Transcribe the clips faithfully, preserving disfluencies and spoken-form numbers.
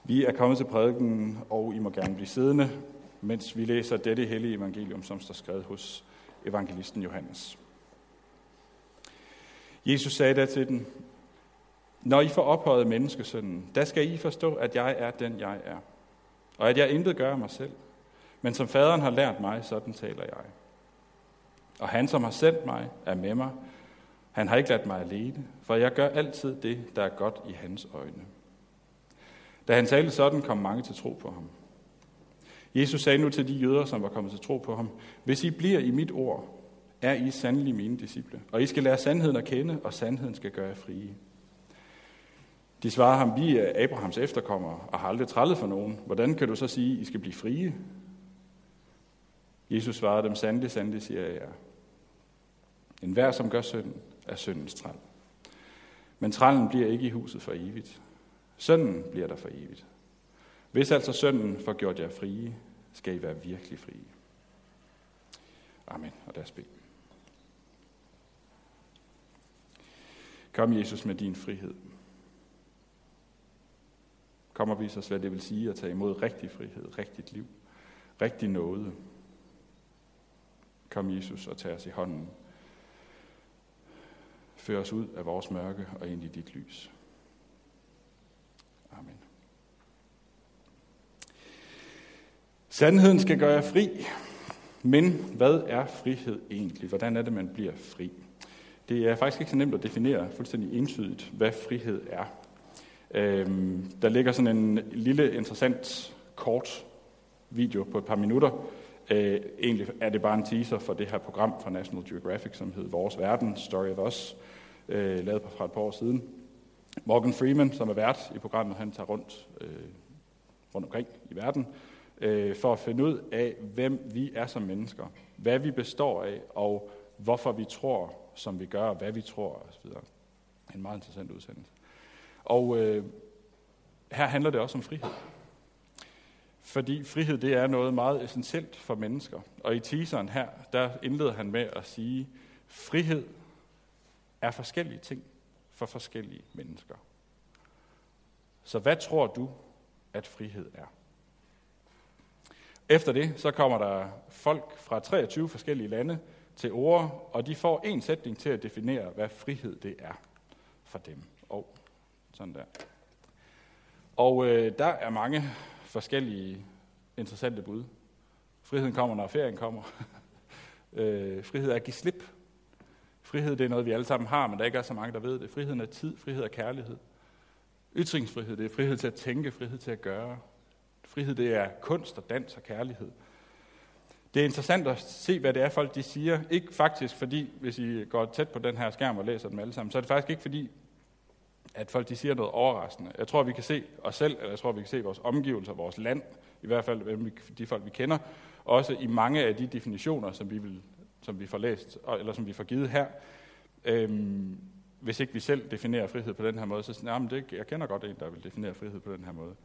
Vi er kommet til prædiken, og I må gerne blive siddende, mens vi læser dette hellige evangelium, som står skrevet hos evangelisten Johannes. Jesus sagde da til den: Når I får ophøjet menneskesønnen, der skal I forstå, at jeg er den, jeg er, og at jeg intet gør af mig selv, men som faderen har lært mig, sådan taler jeg. Og han, som har sendt mig, er med mig. Han har ikke ladt mig alene, for jeg gør altid det, der er godt i hans øjne. Da han talte sådan, kom mange til tro på ham. Jesus sagde nu til de jøder, som var kommet til tro på ham: Hvis I bliver i mit ord, er I sandelig mine disciple, og I skal lære sandheden at kende, og sandheden skal gøre jer frie. De svarede ham: Vi er Abrahams efterkommere og har aldrig trællet for nogen. Hvordan kan du så sige, I skal blive frie? Jesus svarede dem: Sandelig, sandelig, siger jeg jer. En hver, som gør synden, er syndens træl. Men trællen bliver ikke i huset for evigt. Sønnen bliver der for evigt. Hvis altså sønnen får gjort jer frie, skal I være virkelig frie. Amen. Og lad os bede. Kom, Jesus, med din frihed. Kom og vis os, hvad det vil sige at tage imod rigtig frihed, rigtigt liv, rigtig nåde. Kom, Jesus, og tag os i hånden. Før os ud af vores mørke og ind i dit lys. Amen. Sandheden skal gøre jer fri, men hvad er frihed egentlig? Hvordan er det, man bliver fri? Det er faktisk ikke så nemt at definere fuldstændig entydigt, hvad frihed er. Øhm, der ligger sådan en lille, interessant, kort video på et par minutter. Øh, egentlig er det bare en teaser for det her program fra National Geographic, som hedder Vores Verden, Story of Us, øh, lavet fra et par år siden. Morgan Freeman, som er vært i programmet, han tager rundt, øh, rundt omkring i verden, øh, for at finde ud af, hvem vi er som mennesker, hvad vi består af, og hvorfor vi tror, som vi gør, og hvad vi tror, osv. En meget interessant udsendelse. Og øh, her handler det også om frihed. Fordi frihed, det er noget meget essentielt for mennesker. Og i teaseren her, der indleder han med at sige, frihed er forskellige ting for forskellige mennesker. Så hvad tror du, at frihed er? Efter det, så kommer der folk fra treogtyve forskellige lande til ord, og de får en sætning til at definere, hvad frihed det er for dem. Og sådan der. Og øh, der er mange forskellige interessante bud. Friheden kommer, når ferien kommer. øh, frihed er at give slip. Frihed, det er noget, vi alle sammen har, men der ikke er så mange, der ved det. Friheden er tid, frihed er kærlighed. Ytringsfrihed, det er frihed til at tænke, frihed til at gøre. Frihed, det er kunst og dans og kærlighed. Det er interessant at se, hvad det er, folk de siger. Ikke faktisk, fordi, hvis I går tæt på den her skærm og læser dem alle sammen, så er det faktisk ikke fordi, at folk de siger noget overraskende. Jeg tror, vi kan se os selv, eller jeg tror, vi kan se vores omgivelser, vores land, i hvert fald de folk, vi kender, også i mange af de definitioner, som vi, vil, som vi får læst, eller som vi får givet her. Øhm, hvis ikke vi selv definerer frihed på den her måde, så siger jeg, det, jeg kender godt en, der vil definere frihed på den her måde.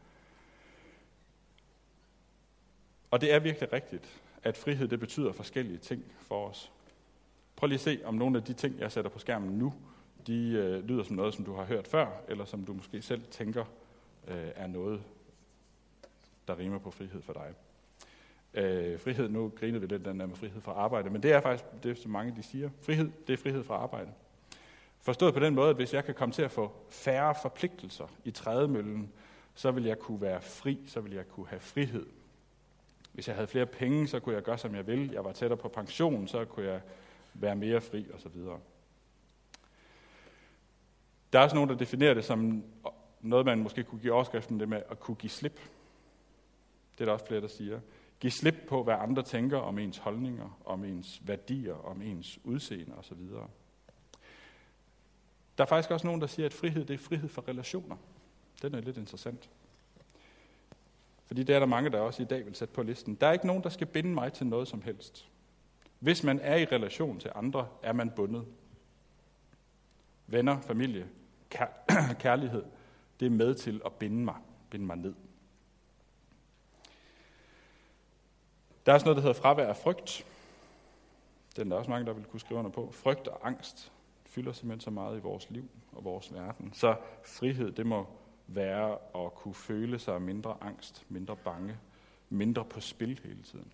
Og det er virkelig rigtigt, at frihed det betyder forskellige ting for os. Prøv lige at se, om nogle af de ting, jeg sætter på skærmen nu, de øh, lyder som noget, som du har hørt før, eller som du måske selv tænker øh, er noget, der rimer på frihed for dig. Øh, frihed, nu griner vi lidt den der med frihed fra arbejde, men det er faktisk det, som mange de siger. Frihed, det er frihed fra arbejde. Forstået på den måde, at hvis jeg kan komme til at få færre forpligtelser i trædemøllen, så vil jeg kunne være fri, så vil jeg kunne have frihed. Hvis jeg havde flere penge, så kunne jeg gøre, som jeg vil. Jeg var tættere på pension, så kunne jeg være mere fri, osv. Der er også nogen, der definerer det som noget, man måske kunne give overskriften det med at kunne give slip. Det er der også flere, der siger. Giv slip på, hvad andre tænker om ens holdninger, om ens værdier, om ens udseende osv. Der er faktisk også nogen, der siger, at frihed det er frihed for relationer. Den er lidt interessant. Fordi det er der mange, der også i dag vil sætte på listen. Der er ikke nogen, der skal binde mig til noget som helst. Hvis man er i relation til andre, er man bundet. Venner, familie, kær- kærlighed, det er med til at binde mig, binde mig ned. Der er også noget, der hedder fravær af frygt. Den er der også mange, der vil kunne skrive under på. Frygt og angst fylder simpelthen så meget i vores liv og vores verden. Så frihed, det må være at kunne føle sig mindre angst, mindre bange, mindre på spil hele tiden.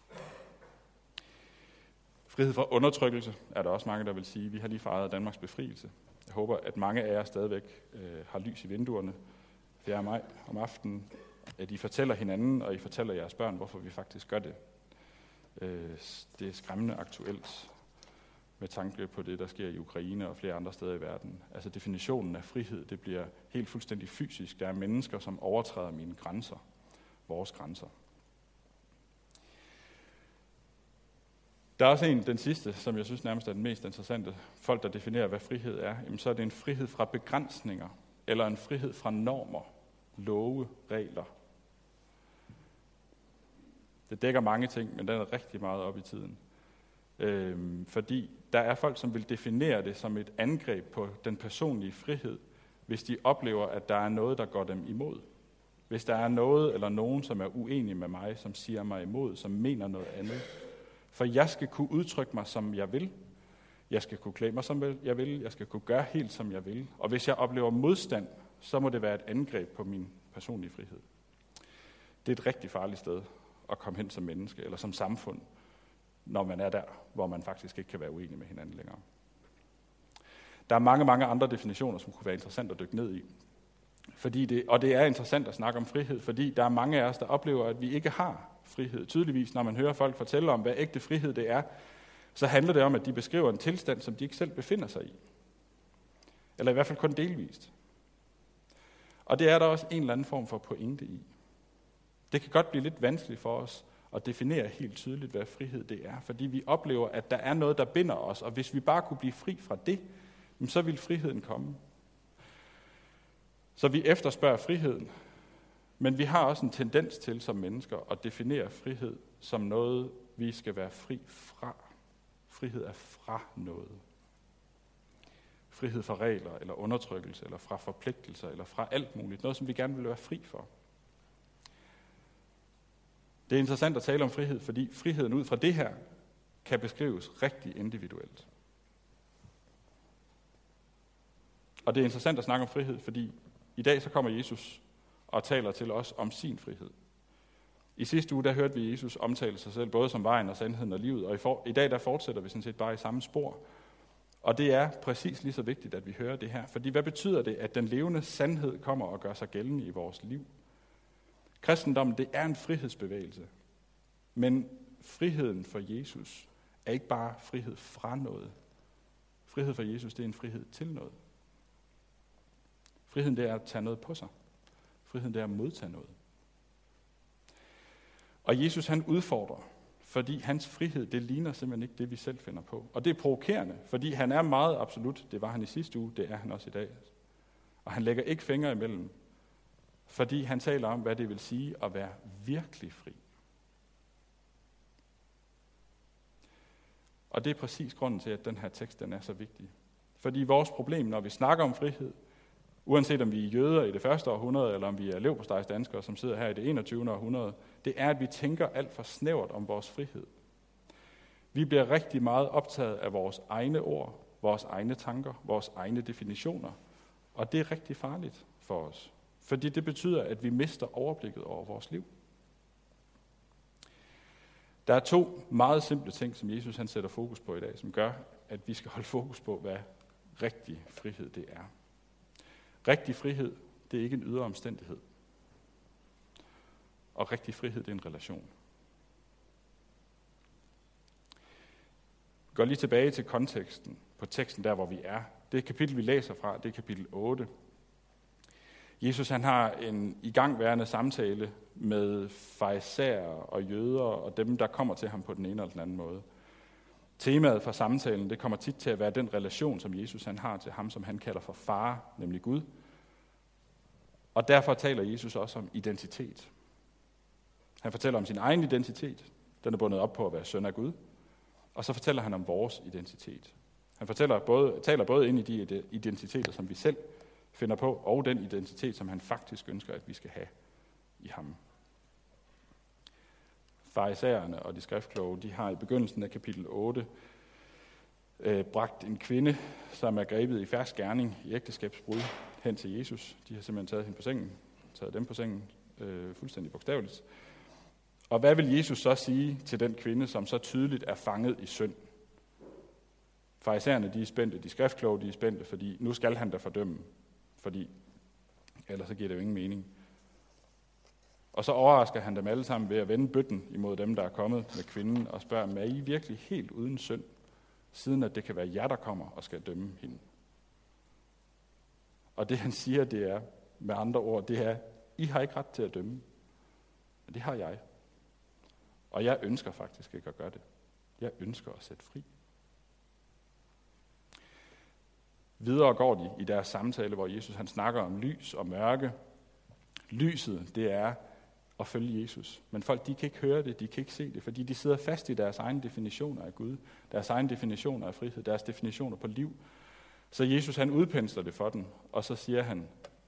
Frihed fra undertrykkelse er der også mange, der vil sige. Vi har lige fejret Danmarks befrielse. Jeg håber, at mange af jer stadigvæk øh, har lys i vinduerne fjerde maj om aftenen, at I fortæller hinanden, og I fortæller jeres børn, hvorfor vi faktisk gør det. Øh, det er skræmmende aktuelt med tanke på det, der sker i Ukraine og flere andre steder i verden. Altså definitionen af frihed, det bliver helt fuldstændig fysisk. Der er mennesker, som overtræder mine grænser, vores grænser. Der er også en, den sidste, som jeg synes nærmest er den mest interessante. Folk, der definerer, hvad frihed er, jamen, så er det en frihed fra begrænsninger, eller en frihed fra normer, love, regler. Det dækker mange ting, men den er rigtig meget op i tiden. Øhm, fordi der er folk, som vil definere det som et angreb på den personlige frihed, hvis de oplever, at der er noget, der går dem imod. Hvis der er noget eller nogen, som er uenig med mig, som siger mig imod, som mener noget andet. For jeg skal kunne udtrykke mig, som jeg vil. Jeg skal kunne klæde mig, som jeg vil. Jeg skal kunne gøre helt, som jeg vil. Og hvis jeg oplever modstand, så må det være et angreb på min personlige frihed. Det er et rigtig farligt sted at komme hen som menneske eller som samfund, når man er der, hvor man faktisk ikke kan være uenig med hinanden længere. Der er mange, mange andre definitioner, som kunne være interessant at dykke ned i. Fordi det, og det er interessant at snakke om frihed, fordi der er mange af os, der oplever, at vi ikke har frihed. Tydeligvis, når man hører folk fortælle om, hvad ægte frihed det er, så handler det om, at de beskriver en tilstand, som de ikke selv befinder sig i. Eller i hvert fald kun delvist. Og det er der også en eller anden form for pointe i. Det kan godt blive lidt vanskeligt for os at definere helt tydeligt, hvad frihed det er, fordi vi oplever, at der er noget, der binder os, og hvis vi bare kunne blive fri fra det, så vil friheden komme. Så vi efterspørger friheden, men vi har også en tendens til som mennesker at definere frihed som noget, vi skal være fri fra. Frihed er fra noget. Frihed fra regler, eller undertrykkelse, eller fra forpligtelser, eller fra alt muligt. Noget, som vi gerne vil være fri for. Det er interessant at tale om frihed, fordi friheden ud fra det her kan beskrives rigtig individuelt. Og det er interessant at snakke om frihed, fordi i dag så kommer Jesus og taler til os om sin frihed. I sidste uge der hørte vi Jesus omtale sig selv både som vejen og sandheden og livet, og i, for, i dag der fortsætter vi sådan set bare i samme spor. Og det er præcis lige så vigtigt, at vi hører det her. Fordi hvad betyder det, at den levende sandhed kommer og gør sig gældende i vores liv? Kristendommen, det er en frihedsbevægelse. Men friheden for Jesus er ikke bare frihed fra noget. Frihed for Jesus, det er en frihed til noget. Friheden, det er at tage noget på sig. Friheden, det er at modtage noget. Og Jesus, han udfordrer, fordi hans frihed, det ligner simpelthen ikke det, vi selv finder på. Og det er provokerende, fordi han er meget absolut. Det var han i sidste uge, det er han også i dag. Og han lægger ikke fingre imellem, fordi han taler om, hvad det vil sige at være virkelig fri. Og det er præcis grunden til, at den her tekst den er så vigtig. Fordi vores problem, når vi snakker om frihed, uanset om vi er jøder i det første århundrede, eller om vi er leverpostejsdanskere, som sidder her i det enogtyvende århundrede, det er, at vi tænker alt for snævert om vores frihed. Vi bliver rigtig meget optaget af vores egne ord, vores egne tanker, vores egne definitioner, og det er rigtig farligt for os. Fordi det betyder, at vi mister overblikket over vores liv. Der er to meget simple ting, som Jesus han sætter fokus på i dag, som gør, at vi skal holde fokus på, hvad rigtig frihed det er. Rigtig frihed, det er ikke en ydre omstændighed. Og rigtig frihed, det er en relation. Vi går lige tilbage til konteksten, på teksten der, hvor vi er. Det kapitel, vi læser fra, det er kapitel otte. Jesus han har en igangværende samtale med farisæere og jøder og dem, der kommer til ham på den ene eller den anden måde. Temaet for samtalen, det kommer tit til at være den relation, som Jesus han har til ham, som han kalder for far, nemlig Gud. Og derfor taler Jesus også om identitet. Han fortæller om sin egen identitet. Den er bundet op på at være søn af Gud. Og så fortæller han om vores identitet. Han fortæller både, taler både ind i de identiteter, som vi selv finder på, og den identitet, som han faktisk ønsker, at vi skal have i ham. Farisæerne og de skriftkloge, de har i begyndelsen af kapitel otte øh, bragt en kvinde, som er grebet i fersk gerning i ægteskabsbrud, hen til Jesus. De har simpelthen taget hende på sengen, taget dem på sengen, øh, fuldstændig bogstaveligt. Og hvad vil Jesus så sige til den kvinde, som så tydeligt er fanget i synd? Farisæerne, de er spændte, de skriftkloge, de er spændte, fordi nu skal han da fordømme, fordi ellers så giver det jo ingen mening. Og så overrasker han dem alle sammen ved at vende bøtten imod dem, der er kommet med kvinden, og spørger dem, er I virkelig helt uden synd, siden at det kan være jer, der kommer og skal dømme hende? Og det han siger, det er, med andre ord, det er, I har ikke ret til at dømme, men det har jeg. Og jeg ønsker faktisk ikke at gøre det. Jeg ønsker at sætte fri. Videre går de i deres samtale, hvor Jesus han snakker om lys og mørke. Lyset, det er at følge Jesus. Men folk, de kan ikke høre det, de kan ikke se det, fordi de sidder fast i deres egne definitioner af Gud, deres egne definitioner af frihed, deres definitioner på liv. Så Jesus han udpensler det for dem, og så siger han,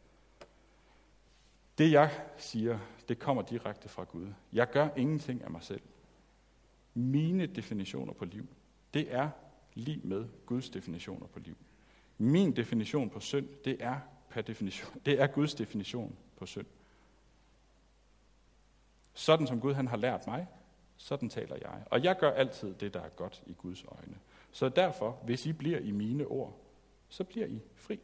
det jeg siger, det kommer direkte fra Gud. Jeg gør ingenting af mig selv. Mine definitioner på liv, det er lige med Guds definitioner på liv. Min definition på synd, det er per definition, det er Guds definition på synd. Sådan som Gud han har lært mig, sådan taler jeg. Og jeg gør altid det, der er godt i Guds øjne. Så derfor, hvis I bliver i mine ord, så bliver I fri.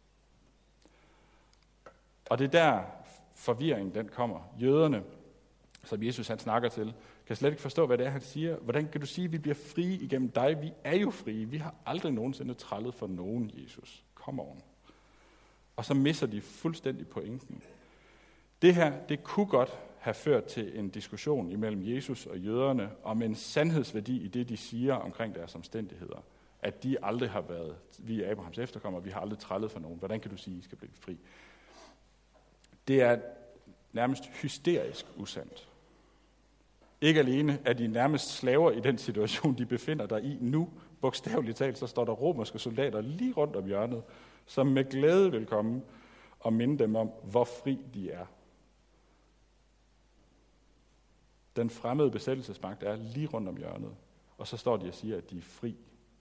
Og det er der forvirringen den kommer. Jøderne, som Jesus han snakker til, kan slet ikke forstå, hvad det er, han siger. Hvordan kan du sige, at vi bliver frie igennem dig? Vi er jo frie. Vi har aldrig nogensinde trællet for nogen, Jesus. Kom on. Og så misser de fuldstændig pointen. Det her, det kunne godt have ført til en diskussion imellem Jesus og jøderne om en sandhedsværdi i det, de siger omkring deres omstændigheder. At de aldrig har været, vi er Abrahams efterkommere, vi har aldrig trællet for nogen. Hvordan kan du sige, at I skal blive fri? Det er nærmest hysterisk usandt. Ikke alene er de nærmest slaver i den situation, de befinder sig i nu. Bogstaveligt talt, så står der romerske soldater lige rundt om hjørnet, som med glæde vil komme og minde dem om, hvor fri de er. Den fremmede besættelsesmagt er lige rundt om hjørnet, og så står de og siger, at de er fri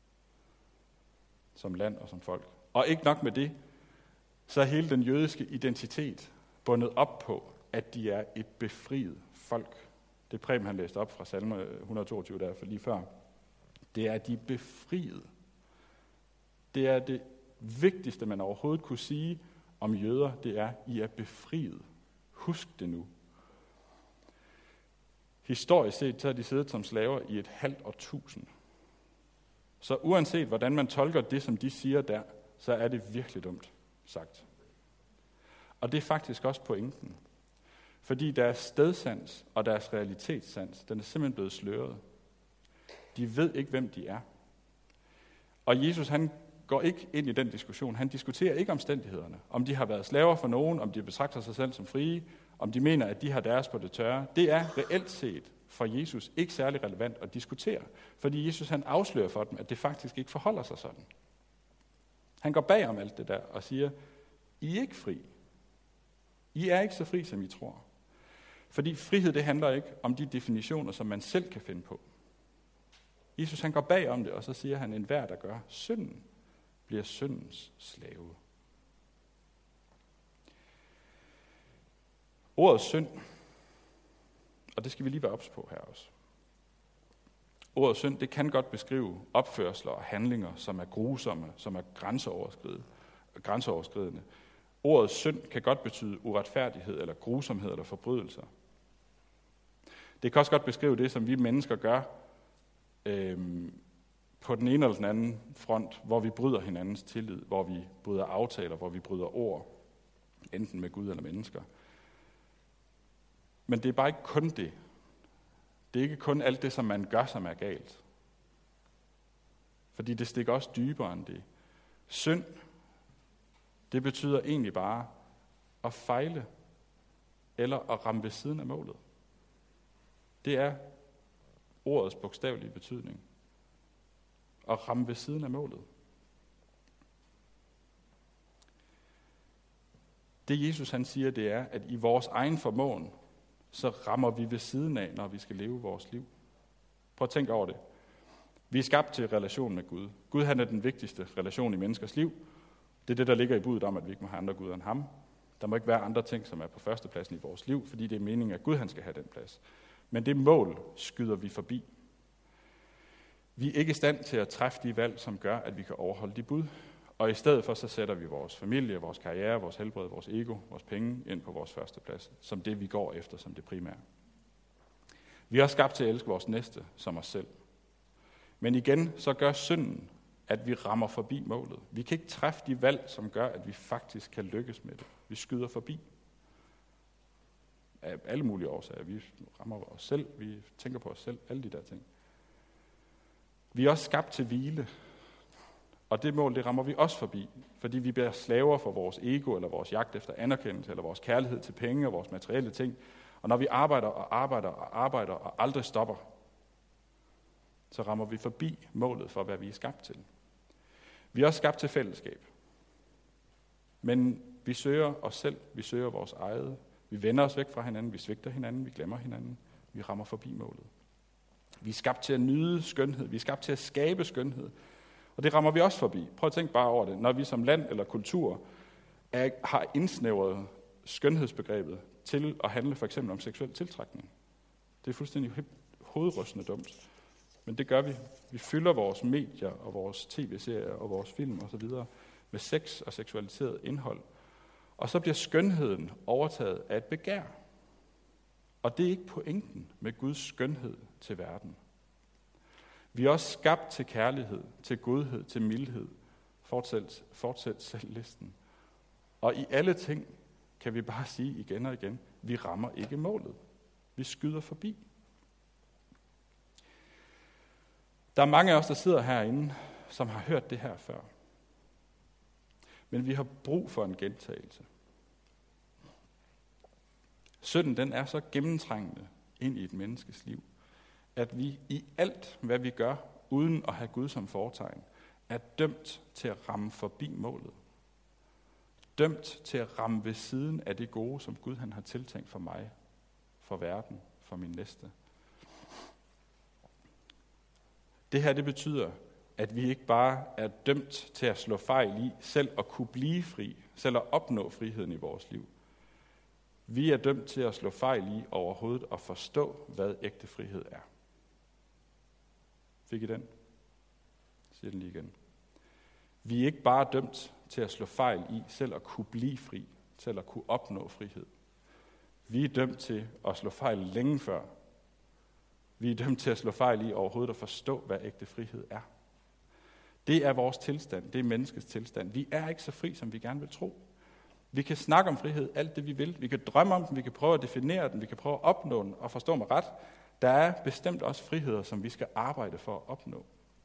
som land og som folk. Og ikke nok med det, så er hele den jødiske identitet bundet op på, at de er et befriet folk. Det Preben han læste op fra salme et hundrede og toogtyve der for lige før. Det er, at de er befriet. Det er det vigtigste, man overhovedet kunne sige om jøder, det er, at I er befriet. Husk det nu. Historisk set, så har de siddet som slaver i et halvt årtusind. Så uanset hvordan man tolker det, som de siger der, så er det virkelig dumt sagt. Og det er faktisk også pointen. Fordi deres stedsans og deres realitetssans, den er simpelthen blevet sløret. De ved ikke, hvem de er. Og Jesus, han går ikke ind i den diskussion. Han diskuterer ikke omstændighederne. Om de har været slaver for nogen, om de betragter sig selv som frie, om de mener, at de har deres på det tørre. Det er reelt set for Jesus ikke særlig relevant at diskutere. Fordi Jesus, han afslører for dem, at det faktisk ikke forholder sig sådan. Han går bag om alt det der og siger, I er ikke fri. I er ikke så fri, som I tror. Fordi frihed, det handler ikke om de definitioner, som man selv kan finde på. Jesus, han går bag om det, og så siger han, enhver, der gør synden, bliver syndens slave. Ordet synd, og det skal vi lige være ops på her også. Ordet synd, det kan godt beskrive opførsler og handlinger, som er grusomme, som er grænseoverskridende. grænseoverskridende. Ordet synd kan godt betyde uretfærdighed, eller grusomhed, eller forbrydelser. Det kan også godt beskrive det, som vi mennesker gør øhm, på den ene eller den anden front, hvor vi bryder hinandens tillid, hvor vi bryder aftaler, hvor vi bryder ord, enten med Gud eller mennesker. Men det er bare ikke kun det. Det er ikke kun alt det, som man gør, som er galt. Fordi det stikker også dybere end det. Synd, det betyder egentlig bare at fejle, eller at ramme ved siden af målet. Det er ordets bogstavelige betydning. At ramme ved siden af målet. Det Jesus han siger, det er, at i vores egen formåen, så rammer vi ved siden af, når vi skal leve vores liv. Prøv at tænke over det. Vi er skabt til relation med Gud. Gud han er den vigtigste relation i menneskers liv, Det er det, der ligger i budet om, at vi ikke må have andre guder end ham. Der må ikke være andre ting, som er på førstepladsen i vores liv, fordi det er meningen, at Gud han skal have den plads. Men det mål skyder vi forbi. Vi er ikke i stand til at træffe de valg, som gør, at vi kan overholde de bud. Og i stedet for, så sætter vi vores familie, vores karriere, vores helbred, vores ego, vores penge ind på vores første plads, som det, vi går efter, som det primære. Vi er også skabt til at elske vores næste som os selv. Men igen, så gør synden, at vi rammer forbi målet. Vi kan ikke træffe de valg, som gør, at vi faktisk kan lykkes med det. Vi skyder forbi. Af alle mulige årsager. Vi rammer os selv, vi tænker på os selv, alle de der ting. Vi er også skabt til hvile. Og det mål, det rammer vi også forbi, fordi vi bliver slaver for vores ego, eller vores jagt efter anerkendelse, eller vores kærlighed til penge og vores materielle ting. Og når vi arbejder og arbejder og arbejder og aldrig stopper, så rammer vi forbi målet for, hvad vi er skabt til. Vi er også skabt til fællesskab. Men vi søger os selv, vi søger vores eget. Vi vender os væk fra hinanden, vi svigter hinanden, vi glemmer hinanden. Vi rammer forbi målet. Vi er skabt til at nyde skønhed, vi er skabt til at skabe skønhed. Og det rammer vi også forbi. Prøv at tænke bare over det. Når vi som land eller kultur er, har indsnævret skønhedsbegrebet til at handle for eksempel om seksuel tiltrækning. Det er fuldstændig hovedrystende dumt. Men det gør vi. Vi fylder vores medier og vores tv-serier og vores film osv. med sex og seksualiseret indhold. Og så bliver skønheden overtaget af et begær. Og det er ikke pointen med Guds skønhed til verden. Vi er også skabt til kærlighed, til godhed, til mildhed. Fortsæt, fortsæt selv listen. Og i alle ting kan vi bare sige igen og igen, vi rammer ikke målet. Vi skyder forbi. Der er mange af os, der sidder herinde, som har hørt det her før. Men vi har brug for en gentagelse. Synden, den er så gennemtrængende ind i et menneskes liv, at vi i alt, hvad vi gør, uden at have Gud som fortegn, er dømt til at ramme forbi målet. Dømt til at ramme ved siden af det gode, som Gud han har tiltænkt for mig, for verden, for min næste. Det her, det betyder, at vi ikke bare er dømt til at slå fejl i, selv at kunne blive fri, selv at opnå friheden i vores liv. Vi er dømt til at slå fejl i overhovedet at forstå, hvad ægte frihed er. Fik I den? Jeg siger den lige igen. Vi er ikke bare dømt til at slå fejl i, selv at kunne blive fri, selv at kunne opnå frihed. Vi er dømt til at slå fejl længe før. Vi er dømt til at slå fejl i overhovedet at forstå, hvad ægte frihed er. Det er vores tilstand, det er menneskets tilstand. Vi er ikke så fri, som vi gerne vil tro. Vi kan snakke om frihed alt det, vi vil. Vi kan drømme om den, vi kan prøve at definere den, vi kan prøve at opnå den og forstå mig ret. Der er bestemt også friheder, som vi skal arbejde for at opnå.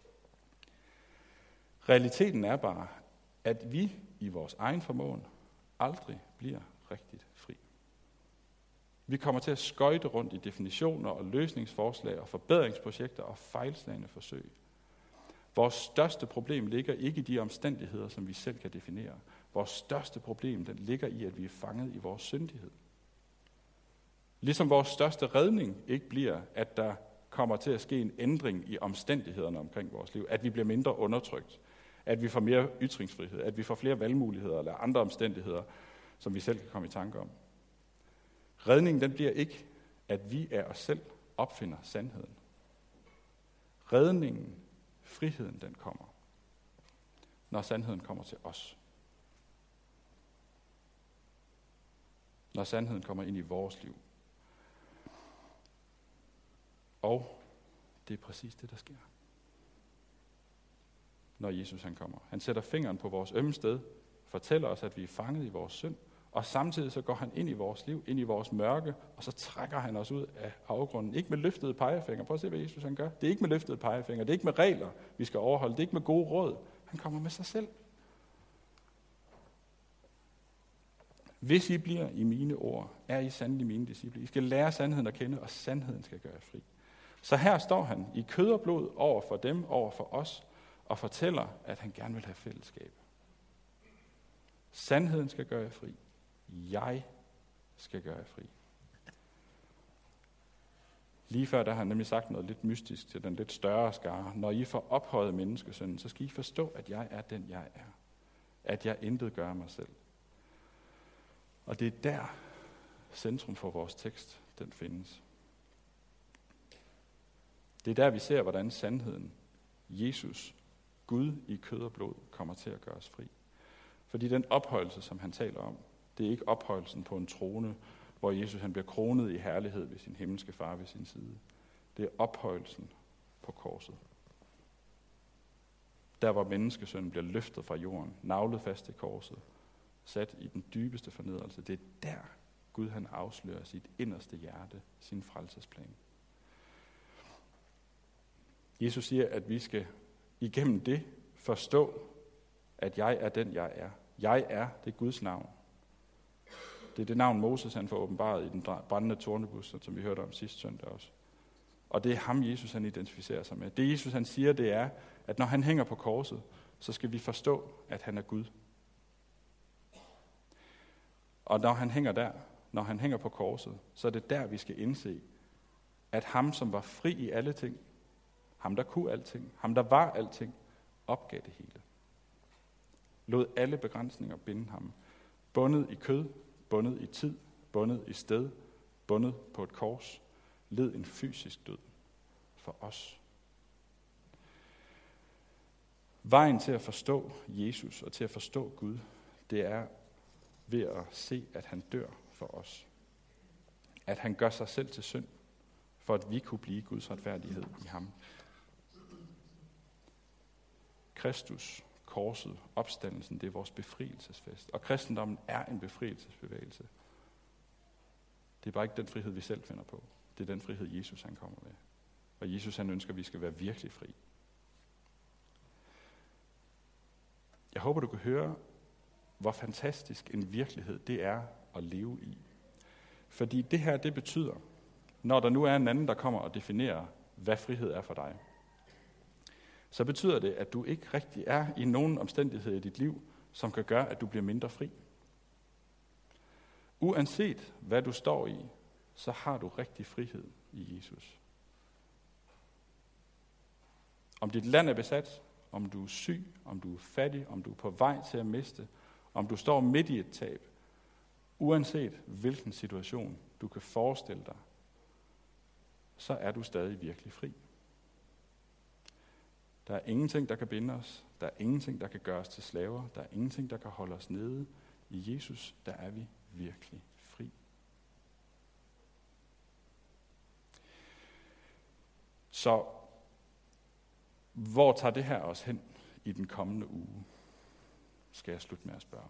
Realiteten er bare, at vi i vores egen formåen aldrig bliver rigtigt fri. Vi kommer til at skøjte rundt i definitioner og løsningsforslag og forbedringsprojekter og fejlslagne forsøg. Vores største problem ligger ikke i de omstændigheder, som vi selv kan definere. Vores største problem den ligger i, at vi er fanget i vores syndighed. Ligesom vores største redning ikke bliver, at der kommer til at ske en ændring i omstændighederne omkring vores liv. At vi bliver mindre undertrykt. At vi får mere ytringsfrihed. At vi får flere valgmuligheder eller andre omstændigheder, som vi selv kan komme i tanke om. Redningen den bliver ikke, at vi af os selv opfinder sandheden. Redningen, friheden, den kommer, når sandheden kommer til os. Når sandheden kommer ind i vores liv. Og det er præcis det, der sker. Når Jesus han kommer. Han sætter fingeren på vores ømme sted, fortæller os, at vi er fanget i vores synd, og samtidig så går han ind i vores liv, ind i vores mørke, og så trækker han os ud af afgrunden. Ikke med løftede pegefinger. Prøv at se, hvad Jesus han gør. Det er ikke med løftede pegefinger. Det er ikke med regler, vi skal overholde. Det er ikke med gode råd. Han kommer med sig selv. Hvis I bliver i mine ord, er I sandelig mine disciple. I skal lære sandheden at kende, og sandheden skal gøre jer fri. Så her står han i kød og blod over for dem, over for os, og fortæller, at han gerne vil have fællesskab. Sandheden skal gøre jer fri. Jeg skal gøre jer fri. Lige før der har han nemlig sagt noget lidt mystisk til den lidt større skare. Når I får ophøjet menneskesønnen, så skal I forstå, at jeg er den, jeg er. at jeg intet gør af mig selv. Og det er der centrum for vores tekst, den findes. Det er der, vi ser, hvordan sandheden, Jesus, Gud i kød og blod, kommer til at gøre os fri. Fordi den ophøjelse, som han taler om, det er ikke ophøjelsen på en trone, hvor Jesus han bliver kronet i herlighed ved sin himmelske far ved sin side. Det er ophøjelsen på korset. Der, hvor menneskesønnen bliver løftet fra jorden, naglet fast i korset, sat i den dybeste fornedrelse. Det er der, Gud han afslører sit inderste hjerte, sin frelsesplan. Jesus siger, at vi skal igennem det forstå, at jeg er den, jeg er. Jeg er det Guds navn. Det er det navn, Moses han får åbenbaret i den brændende tornebus, som vi hørte om sidste søndag også. Og det er ham, Jesus han identificerer sig med. Det Jesus han siger, det er, at når han hænger på korset, så skal vi forstå, at han er Gud. Og når han hænger der, når han hænger på korset, så er det der, vi skal indse, at ham, som var fri i alle ting, ham, der kunne alting, ham, der var alting, opgav det hele. Lod alle begrænsninger binde ham. Bundet i kød, bundet i tid, bundet i sted, bundet på et kors, led en fysisk død for os. Vejen til at forstå Jesus og til at forstå Gud, det er ved at se, at han dør for os. At han gør sig selv til synd, for at vi kunne blive Guds retfærdighed i ham. Kristus, korset, opstandelsen, det er vores befrielsesfest. Og kristendommen er en befrielsesbevægelse. Det er bare ikke den frihed, vi selv finder på. Det er den frihed, Jesus han kommer med. Og Jesus han ønsker, at vi skal være virkelig fri. Jeg håber, du kan høre, hvor fantastisk en virkelighed det er at leve i. Fordi det her, det betyder, når der nu er en anden, der kommer og definerer, hvad frihed er for dig, så betyder det, at du ikke rigtig er i nogen omstændighed i dit liv, som kan gøre, at du bliver mindre fri. Uanset hvad du står i, så har du rigtig frihed i Jesus. Om dit land er besat, om du er syg, om du er fattig, om du er på vej til at miste, om du står midt i et tab, uanset hvilken situation du kan forestille dig, så er du stadig virkelig fri. Der er ingenting, der kan binde os. Der er ingenting, der kan gøre os til slaver. Der er ingenting, der kan holde os nede. I Jesus, der er vi virkelig fri. Så hvor tager det her os hen i den kommende uge? Skal jeg slutte med at spørge.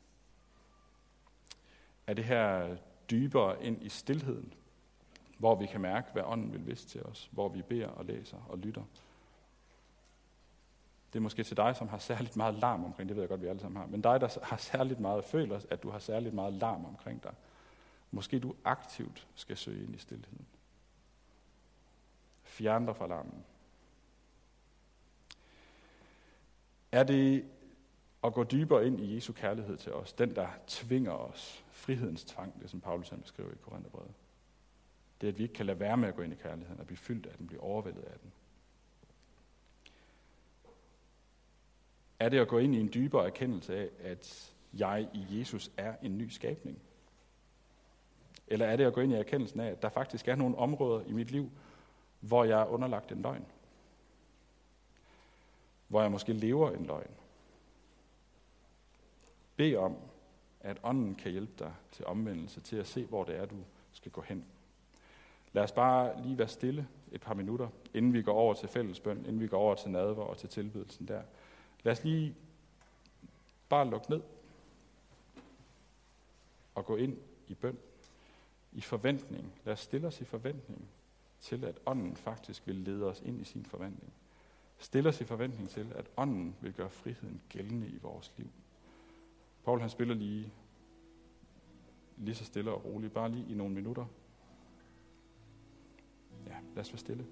Er det her dybere ind i stilheden, hvor vi kan mærke, hvad ånden vil vise til os, hvor vi beder og læser og lytter? Det er måske til dig, som har særligt meget larm omkring, det ved jeg godt, vi alle sammen har, men dig, der har særligt meget, føler, at du har særligt meget larm omkring dig. Måske du aktivt skal søge ind i stilheden. Fjern dig fra larmen. Er det at gå dybere ind i Jesu kærlighed til os, den der tvinger os, frihedens tvang, det som Paulus han beskriver i Korintherbrevet? Det er, at vi ikke kan lade være med at gå ind i kærligheden, og blive fyldt af den, blive overvældet af den. Er det at gå ind i en dybere erkendelse af, at jeg i Jesus er en ny skabning? Eller er det at gå ind i erkendelsen af, at der faktisk er nogle områder i mit liv, hvor jeg er underlagt en løgn? Hvor jeg måske lever en løgn? Bed om, at ånden kan hjælpe dig til omvendelse, til at se, hvor det er, du skal gå hen. Lad os bare lige være stille et par minutter, inden vi går over til fællesbøn, inden vi går over til nadver og til tilbedelsen der. Lad os lige bare lukke ned og gå ind i bøn, i forventning. Lad os stille os i forventning til, at ånden faktisk vil lede os ind i sin forventning. Stille os i forventning til, at ånden vil gøre friheden gældende i vores liv. Paul han spiller lige, lige så stille og roligt, bare lige i nogle minutter. Ja, lad os være stille.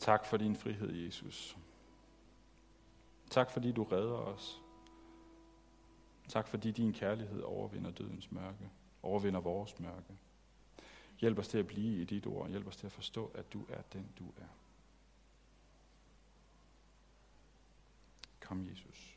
Tak for din frihed, Jesus. Tak fordi du redder os. Tak fordi din kærlighed overvinder dødens mørke, overvinder vores mørke. Hjælp os til at blive i dit ord. Hjælp os til at forstå, at du er den, du er. Kom, Jesus.